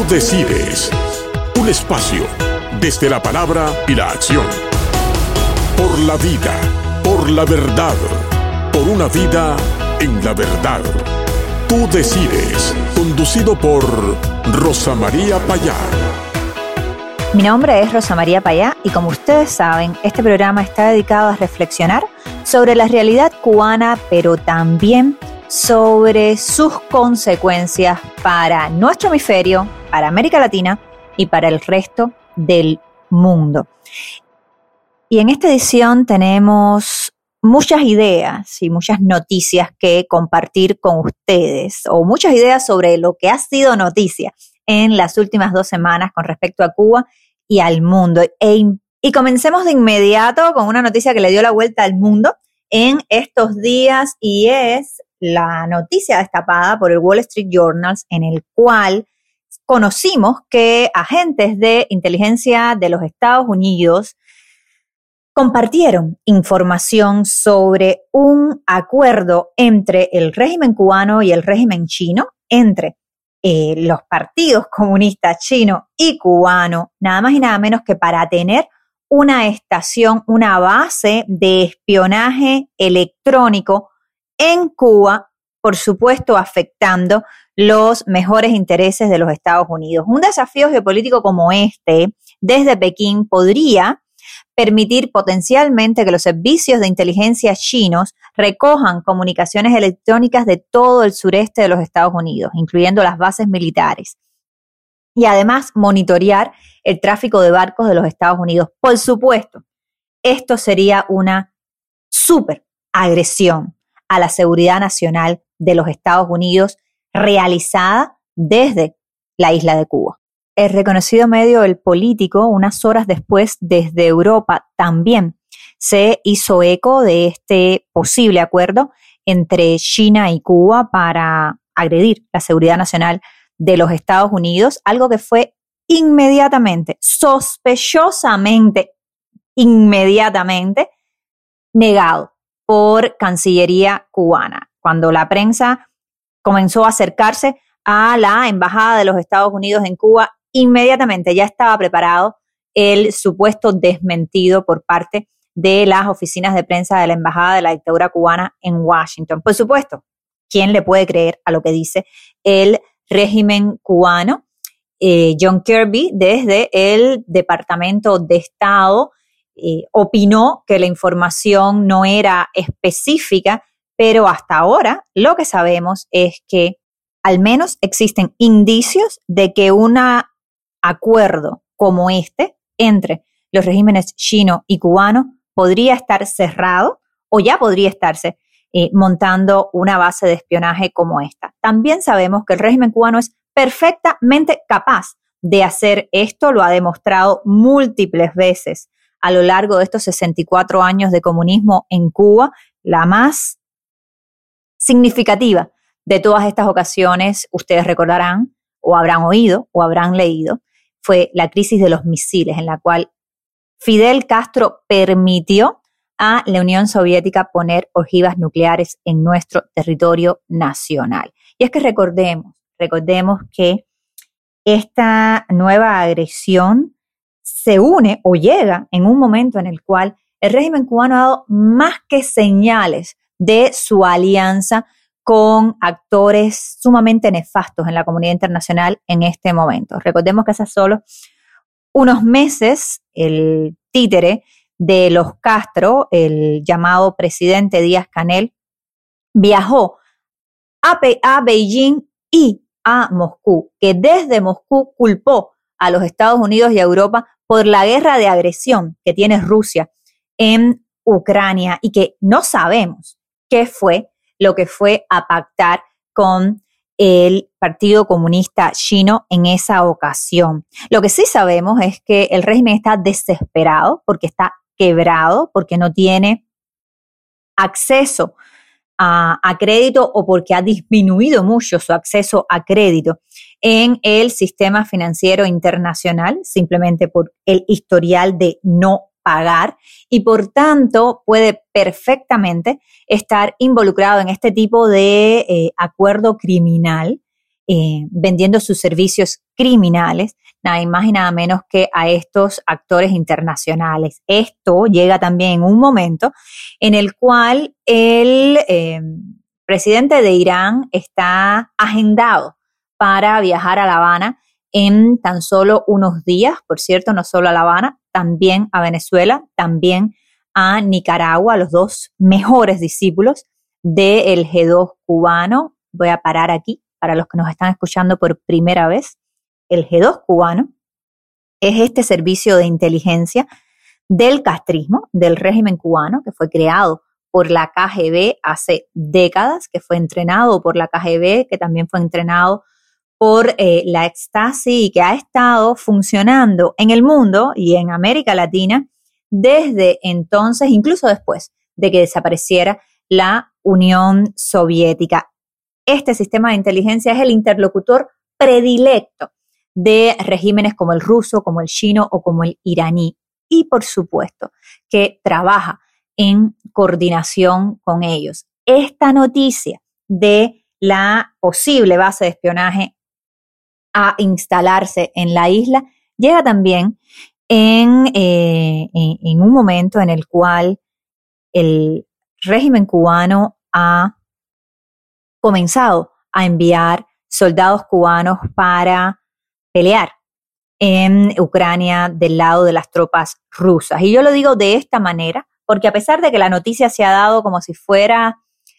decides. Un espacio desde la palabra y la acción. Por la vida, por la verdad, por una vida en la verdad. Tú decides. Conducido por Rosa María Payá. Mi nombre es Rosa María Payá y como ustedes saben, este programa está dedicado a reflexionar sobre la realidad cubana, pero también sobre sus consecuencias para nuestro hemisferio, para América Latina y para el resto del mundo. Y en esta edición tenemos muchas ideas y muchas noticias que compartir con ustedes, o muchas ideas sobre lo que ha sido noticia en las últimas 2 semanas con respecto a Cuba y al mundo. Y comencemos de inmediato con una noticia que le dio la vuelta al mundo en estos días, y es la noticia destapada por el Wall Street Journal, en el cual conocimos que agentes de inteligencia de los Estados Unidos compartieron información sobre un acuerdo entre el régimen cubano y el régimen chino, entre los partidos comunistas chino y cubano, nada más y nada menos que para tener una estación, una base de espionaje electrónico en Cuba, por supuesto afectando los mejores intereses de los Estados Unidos. Un desafío geopolítico como este, desde Pekín, podría permitir potencialmente que los servicios de inteligencia chinos recojan comunicaciones electrónicas de todo el sureste de los Estados Unidos, incluyendo las bases militares, y además monitorear el tráfico de barcos de los Estados Unidos. Por supuesto, esto sería una súper agresión a la seguridad nacional de los Estados Unidos realizada desde la isla de Cuba. El reconocido medio El Político, unas horas después, desde Europa, también se hizo eco de este posible acuerdo entre China y Cuba para agredir la seguridad nacional de los Estados Unidos, algo que fue inmediatamente, sospechosamente, inmediatamente negado por Cancillería cubana. Cuando la prensa comenzó a acercarse a la embajada de los Estados Unidos en Cuba, inmediatamente ya estaba preparado el supuesto desmentido por parte de las oficinas de prensa de la embajada de la dictadura cubana en Washington. Por supuesto, ¿quién le puede creer a lo que dice el régimen cubano? John Kirby, desde el Departamento de Estado, opinó que la información no era específica, pero hasta ahora lo que sabemos es que al menos existen indicios de que un acuerdo como este entre los regímenes chino y cubano podría estar cerrado o ya podría estarse montando una base de espionaje como esta. También sabemos que el régimen cubano es perfectamente capaz de hacer esto, lo ha demostrado múltiples veces a lo largo de estos 64 años de comunismo en Cuba. La más significativa de todas estas ocasiones, ustedes recordarán, o habrán oído, o habrán leído, fue la crisis de los misiles, en la cual Fidel Castro permitió a la Unión Soviética poner ojivas nucleares en nuestro territorio nacional. Y es que recordemos que esta nueva agresión se une o llega en un momento en el cual el régimen cubano ha dado más que señales de su alianza con actores sumamente nefastos en la comunidad internacional en este momento. Recordemos que hace solo unos meses el títere de los Castro, el llamado presidente Díaz-Canel, viajó a Beijing y a Moscú, que desde Moscú culpó a los Estados Unidos y a Europa por la guerra de agresión que tiene Rusia en Ucrania y que no sabemos qué fue lo que fue a pactar con el Partido Comunista Chino en esa ocasión. Lo que sí sabemos es que el régimen está desesperado porque está quebrado, porque no tiene acceso a crédito o porque ha disminuido mucho su acceso a crédito en el sistema financiero internacional, simplemente por el historial de no pagar, y por tanto puede perfectamente estar involucrado en este tipo de acuerdo criminal vendiendo sus servicios criminales, nada más y nada menos que a estos actores internacionales. Esto llega también en un momento en el cual el presidente de Irán está agendado para viajar a La Habana en tan solo unos días. Por cierto, no solo a La Habana, también a Venezuela, también a Nicaragua, los dos mejores discípulos del G2 cubano. Voy a parar aquí para los que nos están escuchando por primera vez. El G2 cubano es este servicio de inteligencia del castrismo, del régimen cubano, que fue creado por la KGB hace décadas, que fue entrenado por la KGB, que también fue entrenado por la Stasi y que ha estado funcionando en el mundo y en América Latina desde entonces, incluso después de que desapareciera la Unión Soviética. Este sistema de inteligencia es el interlocutor predilecto de regímenes como el ruso, como el chino o como el iraní. Y por supuesto que trabaja en coordinación con ellos. Esta noticia de la posible base de espionaje a instalarse en la isla llega también en un momento en el cual el régimen cubano ha comenzado a enviar soldados cubanos para pelear en Ucrania del lado de las tropas rusas. Y yo lo digo de esta manera porque a pesar de que la noticia se ha dado como si fuera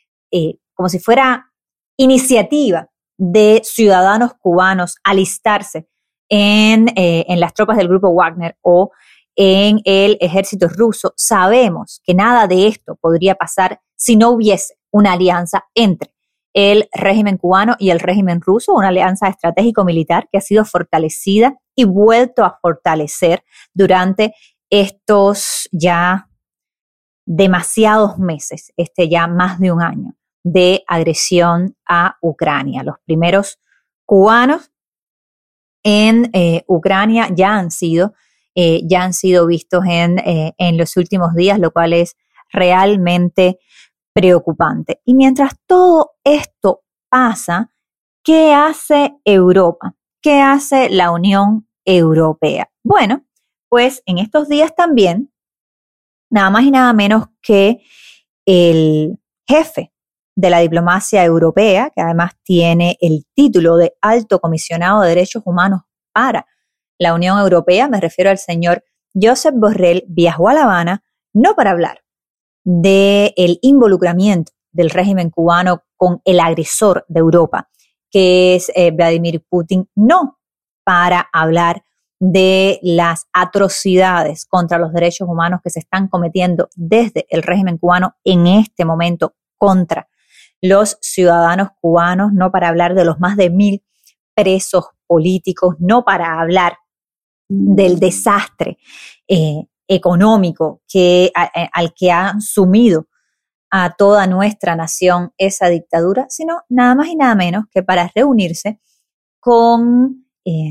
iniciativa de ciudadanos cubanos alistarse en las tropas del grupo Wagner o en el ejército ruso, sabemos que nada de esto podría pasar si no hubiese una alianza entre el régimen cubano y el régimen ruso, una alianza estratégico-militar que ha sido fortalecida y vuelto a fortalecer durante estos ya demasiados meses, ya más de un año de agresión a Ucrania. Los primeros cubanos en Ucrania ya han sido vistos en los últimos días, lo cual es realmente preocupante. Y mientras todo esto pasa, ¿qué hace Europa? ¿Qué hace la Unión Europea? Bueno, pues en estos días también, nada más y nada menos que el jefe de la diplomacia europea, que además tiene el título de Alto Comisionado de Derechos Humanos para la Unión Europea, me refiero al señor Josep Borrell, viajó a La Habana no para hablar del involucramiento del régimen cubano con el agresor de Europa, que es Vladimir Putin, no para hablar de las atrocidades contra los derechos humanos que se están cometiendo desde el régimen cubano en este momento contra los ciudadanos cubanos, no para hablar de los más de 1,000 presos políticos, no para hablar del desastre económico al que ha sumido a toda nuestra nación esa dictadura, sino nada más y nada menos que para reunirse con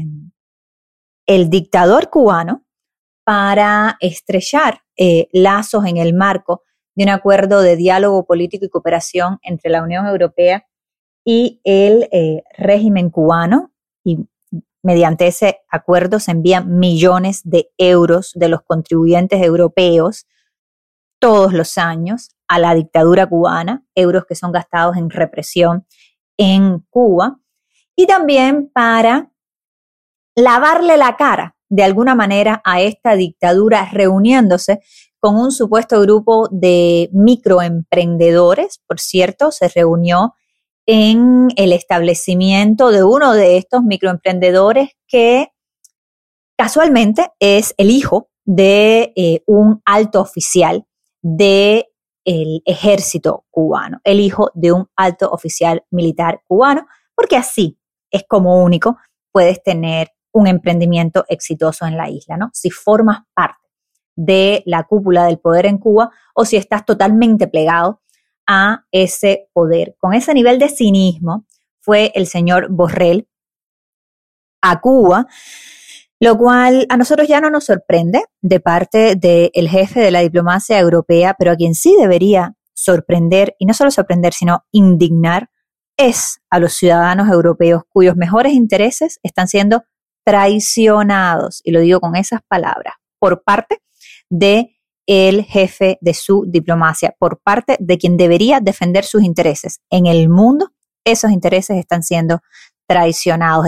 el dictador cubano para estrechar lazos en el marco de un acuerdo de diálogo político y cooperación entre la Unión Europea y el régimen cubano, y mediante ese acuerdo se envían millones de euros de los contribuyentes europeos todos los años a la dictadura cubana, euros que son gastados en represión en Cuba, y también para lavarle la cara de alguna manera a esta dictadura, reuniéndose con un supuesto grupo de microemprendedores. Por cierto, se reunió en el establecimiento de uno de estos microemprendedores que casualmente es el hijo de un alto oficial del ejército cubano, el hijo de un alto oficial militar cubano, porque así es como único puedes tener un emprendimiento exitoso en la isla, ¿no? Si formas parte de la cúpula del poder en Cuba o si estás totalmente plegado a ese poder. Con ese nivel de cinismo fue el señor Borrell a Cuba, lo cual a nosotros ya no nos sorprende de parte del jefe de la diplomacia europea, pero a quien sí debería sorprender, y no solo sorprender, sino indignar, es a los ciudadanos europeos cuyos mejores intereses están siendo traicionados, y lo digo con esas palabras, por parte de el jefe de su diplomacia, por parte de quien debería defender sus intereses en el mundo. Esos intereses están siendo traicionados.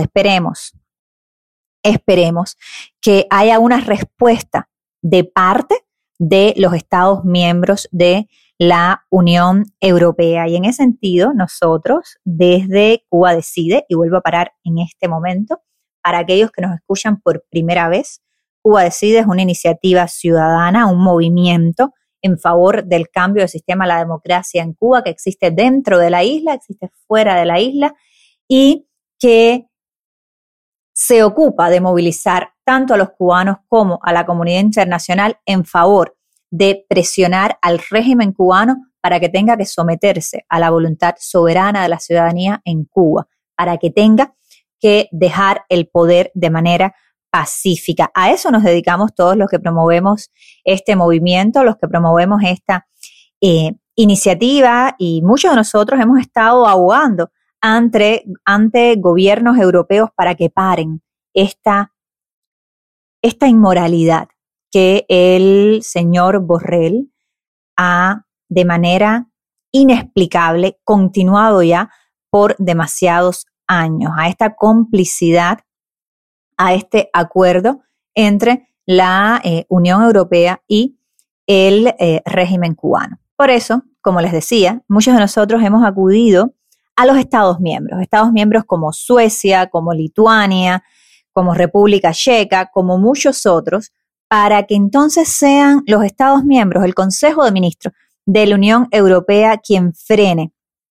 Esperemos que haya una respuesta de parte de los Estados miembros de la Unión Europea. Y en ese sentido, nosotros desde Cuba Decide, y vuelvo a parar en este momento, para aquellos que nos escuchan por primera vez, Cuba Decide es una iniciativa ciudadana, un movimiento en favor del cambio del sistema a la democracia en Cuba, que existe dentro de la isla, existe fuera de la isla, y que se ocupa de movilizar tanto a los cubanos como a la comunidad internacional en favor de presionar al régimen cubano para que tenga que someterse a la voluntad soberana de la ciudadanía en Cuba, para que tenga que dejar el poder de manera pacífica. A eso nos dedicamos todos los que promovemos este movimiento, los que promovemos esta iniciativa, y muchos de nosotros hemos estado abogando ante gobiernos europeos para que paren esta inmoralidad que el señor Borrell ha, de manera inexplicable, continuado ya por demasiados años, a esta complicidad, a este acuerdo entre la Unión Europea y el régimen cubano. Por eso, como les decía, muchos de nosotros hemos acudido a los Estados miembros como Suecia, como Lituania, como República Checa, como muchos otros, para que entonces sean los Estados miembros, el Consejo de Ministros de la Unión Europea, quien frene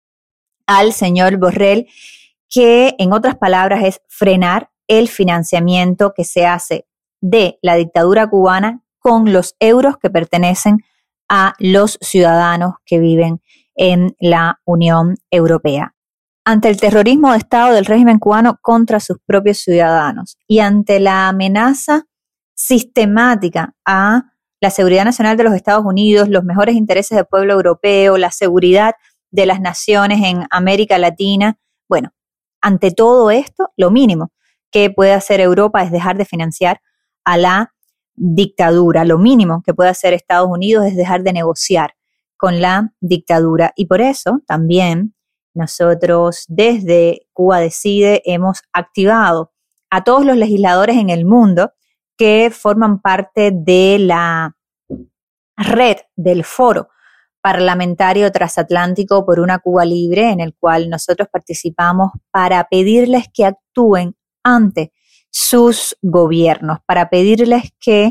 al señor Borrell, que en otras palabras es frenar el financiamiento que se hace de la dictadura cubana con los euros que pertenecen a los ciudadanos que viven en la Unión Europea. Ante el terrorismo de Estado del régimen cubano contra sus propios ciudadanos y ante la amenaza sistemática a la seguridad nacional de los Estados Unidos, los mejores intereses del pueblo europeo, la seguridad de las naciones en América Latina, bueno, ante todo esto, lo mínimo que puede hacer Europa es dejar de financiar a la dictadura. Lo mínimo que puede hacer Estados Unidos es dejar de negociar con la dictadura. Y por eso también nosotros desde Cuba Decide hemos activado a todos los legisladores en el mundo que forman parte de la red del Foro Parlamentario Transatlántico por una Cuba Libre, en el cual nosotros participamos para pedirles que actúen ante sus gobiernos, para pedirles que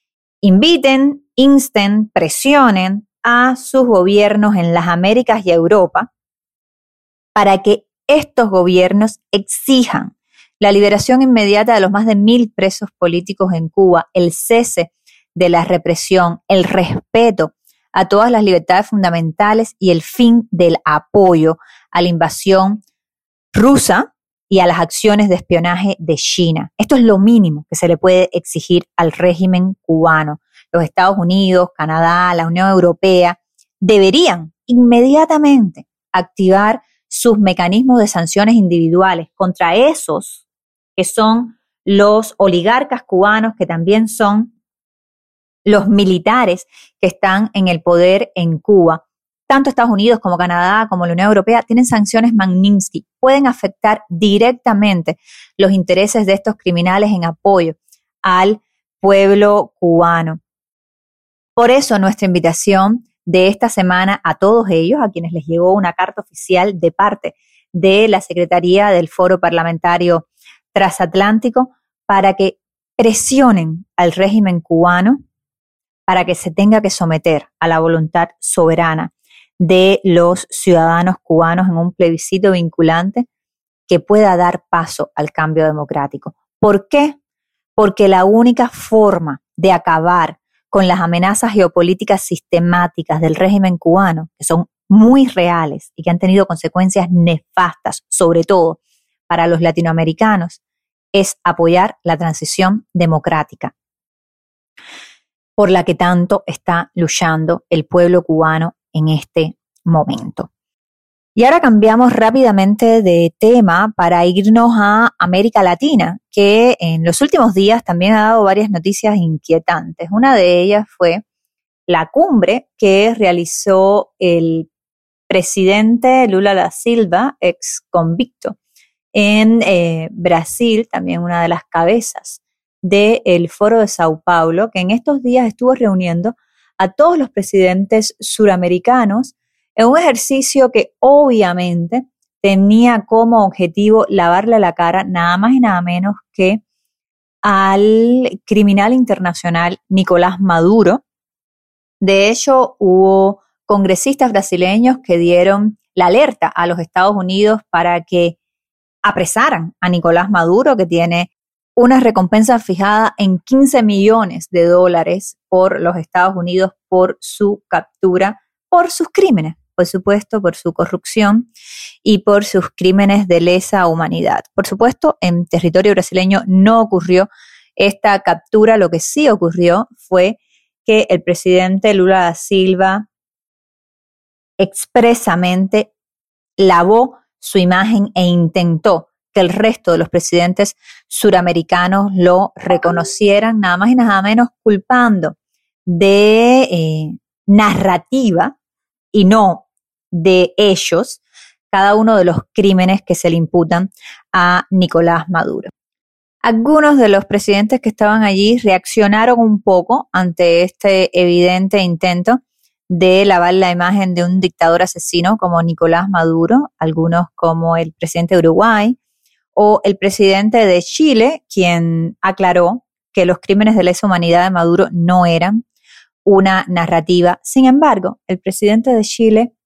inviten, insten, presionen a sus gobiernos en las Américas y Europa para que estos gobiernos exijan la liberación inmediata de los más de 1,000 presos políticos en Cuba, el cese de la represión, el respeto a todas las libertades fundamentales y el fin del apoyo a la invasión rusa y a las acciones de espionaje de China. Esto es lo mínimo que se le puede exigir al régimen cubano. Los Estados Unidos, Canadá, la Unión Europea deberían inmediatamente activar sus mecanismos de sanciones individuales contra esos que son los oligarcas cubanos, que también son los militares que están en el poder en Cuba. Tanto Estados Unidos como Canadá como la Unión Europea tienen sanciones Magnitsky, pueden afectar directamente los intereses de estos criminales en apoyo al pueblo cubano. Por eso nuestra invitación de esta semana a todos ellos, a quienes les llegó una carta oficial de parte de la Secretaría del Foro Parlamentario Transatlántico, para que presionen al régimen cubano para que se tenga que someter a la voluntad soberana de los ciudadanos cubanos en un plebiscito vinculante que pueda dar paso al cambio democrático. ¿Por qué? Porque la única forma de acabar con las amenazas geopolíticas sistemáticas del régimen cubano, que son muy reales y que han tenido consecuencias nefastas, sobre todo para los latinoamericanos, es apoyar la transición democrática por la que tanto está luchando el pueblo cubano en este momento. Y ahora cambiamos rápidamente de tema para irnos a América Latina, que en los últimos días también ha dado varias noticias inquietantes. Una de ellas fue la cumbre que realizó el presidente Lula da Silva, ex convicto, en Brasil, también una de las cabezas del Foro de Sao Paulo, que en estos días estuvo reuniendo a todos los presidentes suramericanos en un ejercicio que obviamente tenía como objetivo lavarle la cara nada más y nada menos que al criminal internacional Nicolás Maduro. De hecho, hubo congresistas brasileños que dieron la alerta a los Estados Unidos para que apresaran a Nicolás Maduro, que tiene una recompensa fijada en $15 millones por los Estados Unidos por su captura, por sus crímenes, por supuesto, por su corrupción y por sus crímenes de lesa humanidad. Por supuesto, en territorio brasileño no ocurrió esta captura. Lo que sí ocurrió fue que el presidente Lula da Silva expresamente lavó su imagen e intentó que el resto de los presidentes suramericanos lo reconocieran, nada más y nada menos culpando de narrativa y no de ellos cada uno de los crímenes que se le imputan a Nicolás Maduro. Algunos de los presidentes que estaban allí reaccionaron un poco ante este evidente intento de lavar la imagen de un dictador asesino como Nicolás Maduro, algunos como el presidente de Uruguay o el presidente de Chile, quien aclaró que los crímenes de lesa humanidad de Maduro no eran una narrativa. Sin embargo, el presidente de Chile,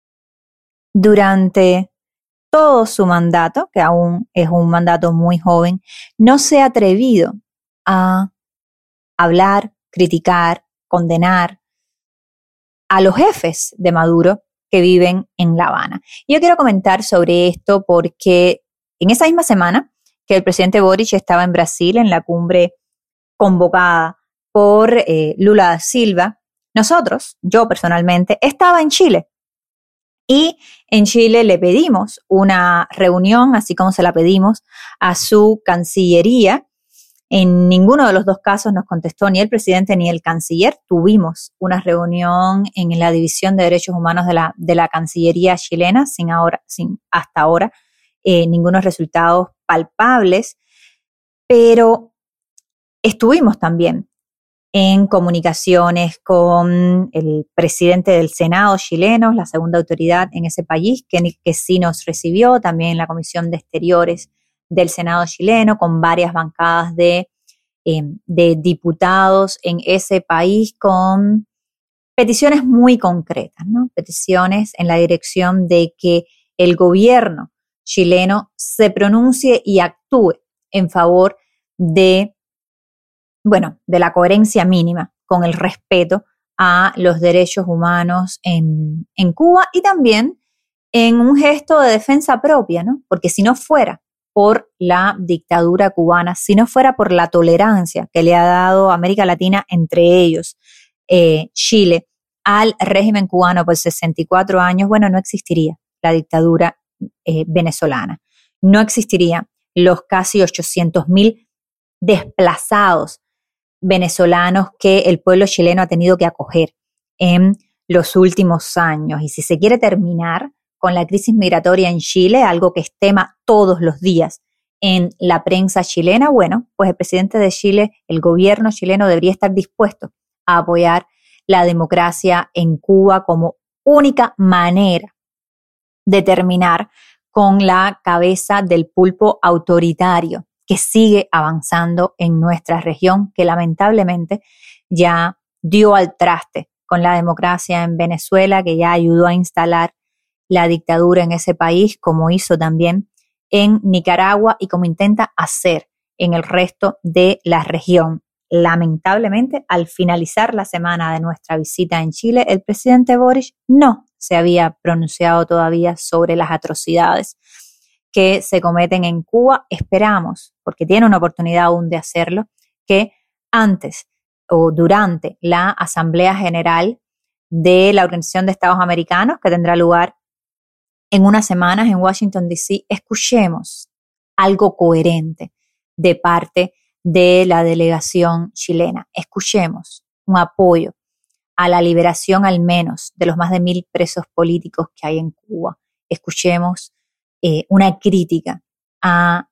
durante todo su mandato, que aún es un mandato muy joven, no se ha atrevido a hablar, criticar, condenar a los jefes de Maduro que viven en La Habana. Yo quiero comentar sobre esto porque en esa misma semana que el presidente Boric estaba en Brasil en la cumbre convocada por Lula da Silva, yo personalmente, estaba en Chile. Y en Chile le pedimos una reunión, así como se la pedimos a su Cancillería. En ninguno de los dos casos nos contestó ni el presidente ni el canciller. Tuvimos una reunión en la División de Derechos Humanos de la Cancillería chilena, sin hasta ahora ningunos resultados palpables, pero estuvimos también en comunicaciones con el presidente del Senado chileno, la segunda autoridad en ese país, que sí nos recibió, también en la Comisión de Exteriores del Senado chileno, con varias bancadas de diputados en ese país con peticiones muy concretas, ¿no? Peticiones en la dirección de que el gobierno chileno se pronuncie y actúe en favor de la coherencia mínima con el respeto a los derechos humanos en Cuba y también en un gesto de defensa propia, ¿no? Porque si no fuera por la dictadura cubana, si no fuera por la tolerancia que le ha dado América Latina, entre ellos Chile, al régimen cubano por 64 años, no existiría la dictadura venezolana. No existirían los casi 800.000 desplazados venezolanos que el pueblo chileno ha tenido que acoger en los últimos años. Y si se quiere terminar con la crisis migratoria en Chile, algo que es tema todos los días en la prensa chilena, pues el presidente de Chile, el gobierno chileno debería estar dispuesto a apoyar la democracia en Cuba como única manera de terminar con la cabeza del pulpo autoritario que sigue avanzando en nuestra región, que lamentablemente ya dio al traste con la democracia en Venezuela, que ya ayudó a instalar la dictadura en ese país, como hizo también en Nicaragua y como intenta hacer en el resto de la región. Lamentablemente, al finalizar la semana de nuestra visita en Chile, el presidente Boric no se había pronunciado todavía sobre las atrocidades que se cometen en Cuba. Esperamos, porque tiene una oportunidad aún de hacerlo, que antes o durante la Asamblea General de la Organización de Estados Americanos, que tendrá lugar en unas semanas en Washington, D.C., escuchemos algo coherente de parte de la delegación chilena. Escuchemos un apoyo a la liberación al menos de los más de 1,000 presos políticos que hay en Cuba. Escuchemos una crítica a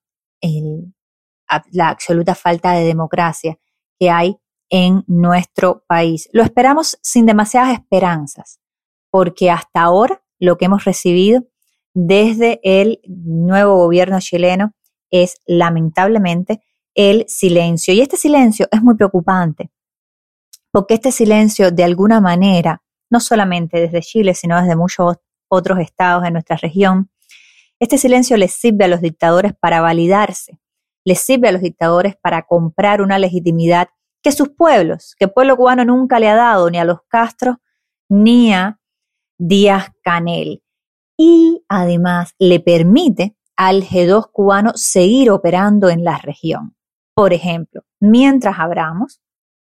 la absoluta falta de democracia que hay en nuestro país. Lo esperamos sin demasiadas esperanzas, porque hasta ahora lo que hemos recibido desde el nuevo gobierno chileno es lamentablemente el silencio. Y este silencio es muy preocupante, porque este silencio de alguna manera, no solamente desde Chile, sino desde muchos otros estados de nuestra región, este silencio les sirve a los dictadores para validarse, les sirve a los dictadores para comprar una legitimidad que sus pueblos, que el pueblo cubano nunca le ha dado ni a los Castro ni a Díaz-Canel. Y además le permite al G2 cubano seguir operando en la región. Por ejemplo, mientras hablamos,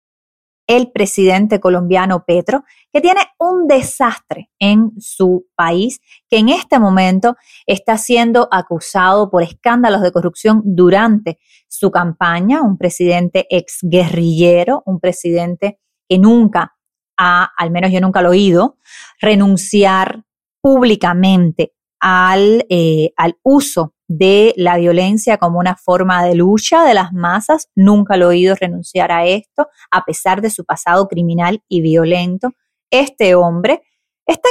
el presidente colombiano Petro, que tiene un desastre en su país, que en este momento está siendo acusado por escándalos de corrupción durante su campaña, un presidente exguerrillero, un presidente que nunca al menos yo nunca lo he oído, renunciar públicamente al uso de la violencia como una forma de lucha de las masas. Nunca lo he oído renunciar a esto, a pesar de su pasado criminal y violento. Este hombre está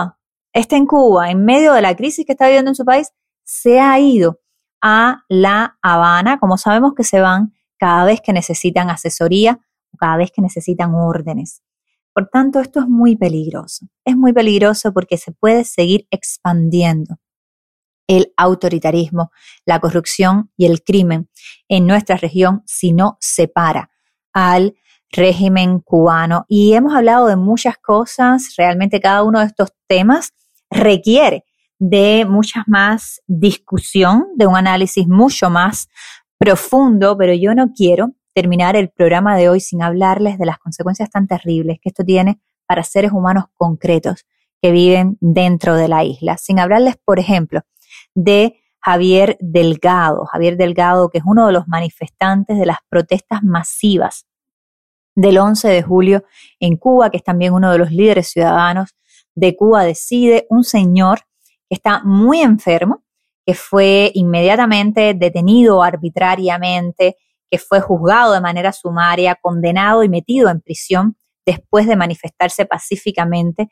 en Cuba, en medio de la crisis que está viviendo en su país, se ha ido a La Habana, como sabemos que se van cada vez que necesitan asesoría o cada vez que necesitan órdenes. Por tanto, esto es muy peligroso porque se puede seguir expandiendo el autoritarismo, la corrupción y el crimen en nuestra región si no se para al régimen cubano. Y hemos hablado de muchas cosas, realmente cada uno de estos temas requiere de mucha más discusión, de un análisis mucho más profundo, pero yo no quiero terminar el programa de hoy sin hablarles de las consecuencias tan terribles que esto tiene para seres humanos concretos que viven dentro de la isla, sin hablarles, por ejemplo, de Javier Delgado, que es uno de los manifestantes de las protestas masivas del 11 de julio en Cuba, que es también uno de los líderes ciudadanos de Cuba Decide, un señor que está muy enfermo, que fue inmediatamente detenido arbitrariamente, que fue juzgado de manera sumaria, condenado y metido en prisión después de manifestarse pacíficamente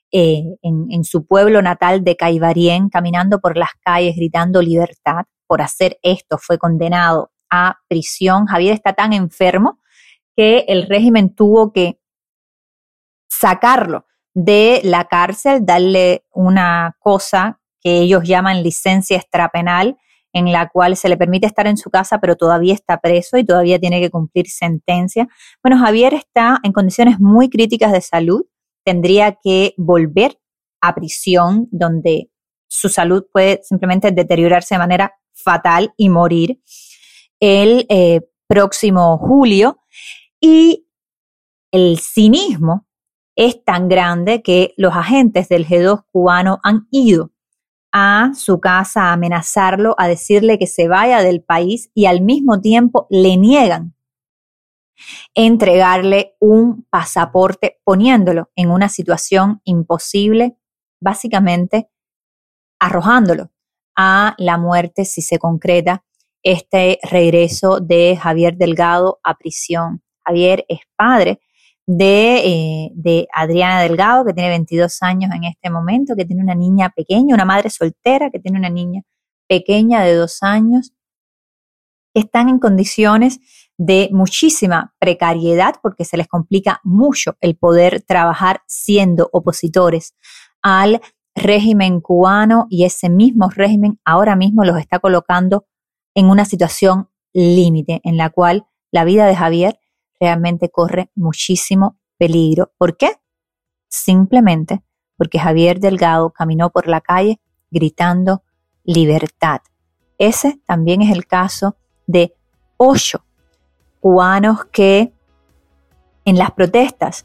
en su pueblo natal de Caibarien, caminando por las calles gritando libertad. Por hacer esto fue condenado a prisión. Javier está tan enfermo que el régimen tuvo que sacarlo de la cárcel, darle una cosa que ellos llaman licencia extrapenal, en la cual se le permite estar en su casa, pero todavía está preso y todavía tiene que cumplir sentencia. Bueno, Javier está en condiciones muy críticas de salud, tendría que volver a prisión, donde su salud puede simplemente deteriorarse de manera fatal y morir el próximo julio. Y el cinismo es tan grande que los agentes del G2 cubano han ido a su casa a amenazarlo, a decirle que se vaya del país y al mismo tiempo le niegan entregarle un pasaporte, poniéndolo en una situación imposible, básicamente arrojándolo a la muerte si se concreta este regreso de Javier Delgado a prisión. Javier es padre de Adriana Delgado, que tiene 22 años en este momento, que tiene una niña pequeña, una madre soltera que tiene una niña pequeña de 2 años. Están en condiciones de muchísima precariedad porque se les complica mucho el poder trabajar siendo opositores al régimen cubano, y ese mismo régimen ahora mismo los está colocando en una situación límite en la cual la vida de Javier realmente corre muchísimo peligro. ¿Por qué? Simplemente porque Javier Delgado caminó por la calle gritando libertad. Ese también es el caso de 8 cubanos que en las protestas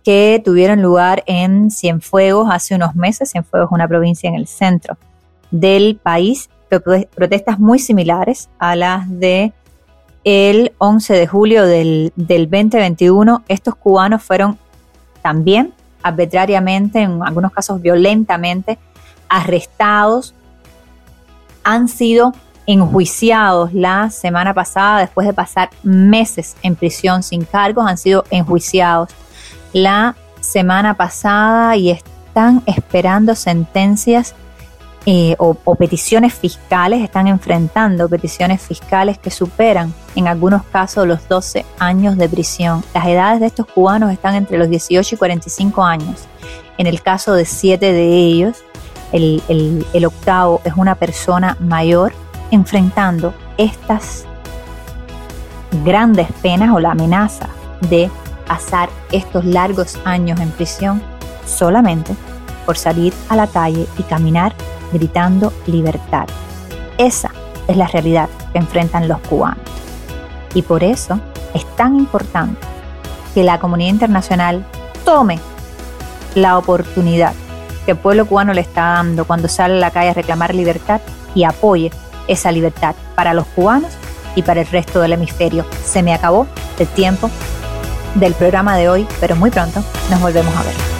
que tuvieron lugar en Cienfuegos hace unos meses. Cienfuegos es una provincia en el centro del país. Protestas muy similares a las de el 11 de julio del 2021. Estos cubanos fueron también arbitrariamente, en algunos casos violentamente, arrestados. Han sido enjuiciados la semana pasada, después de pasar meses en prisión sin cargos, han sido enjuiciados la semana pasada y están esperando sentencias o peticiones fiscales, están enfrentando peticiones fiscales que superan en algunos casos los 12 años de prisión. Las edades de estos cubanos están entre los 18 y 45 años. En el caso de 7 de ellos, el octavo es una persona mayor, enfrentando estas grandes penas o la amenaza de pasar estos largos años en prisión solamente por salir a la calle y caminar gritando libertad. Esa es la realidad que enfrentan los cubanos. Y por eso es tan importante que la comunidad internacional tome la oportunidad que el pueblo cubano le está dando cuando sale a la calle a reclamar libertad y apoye esa libertad para los cubanos y para el resto del hemisferio. Se me acabó el tiempo del programa de hoy, pero muy pronto nos volvemos a ver.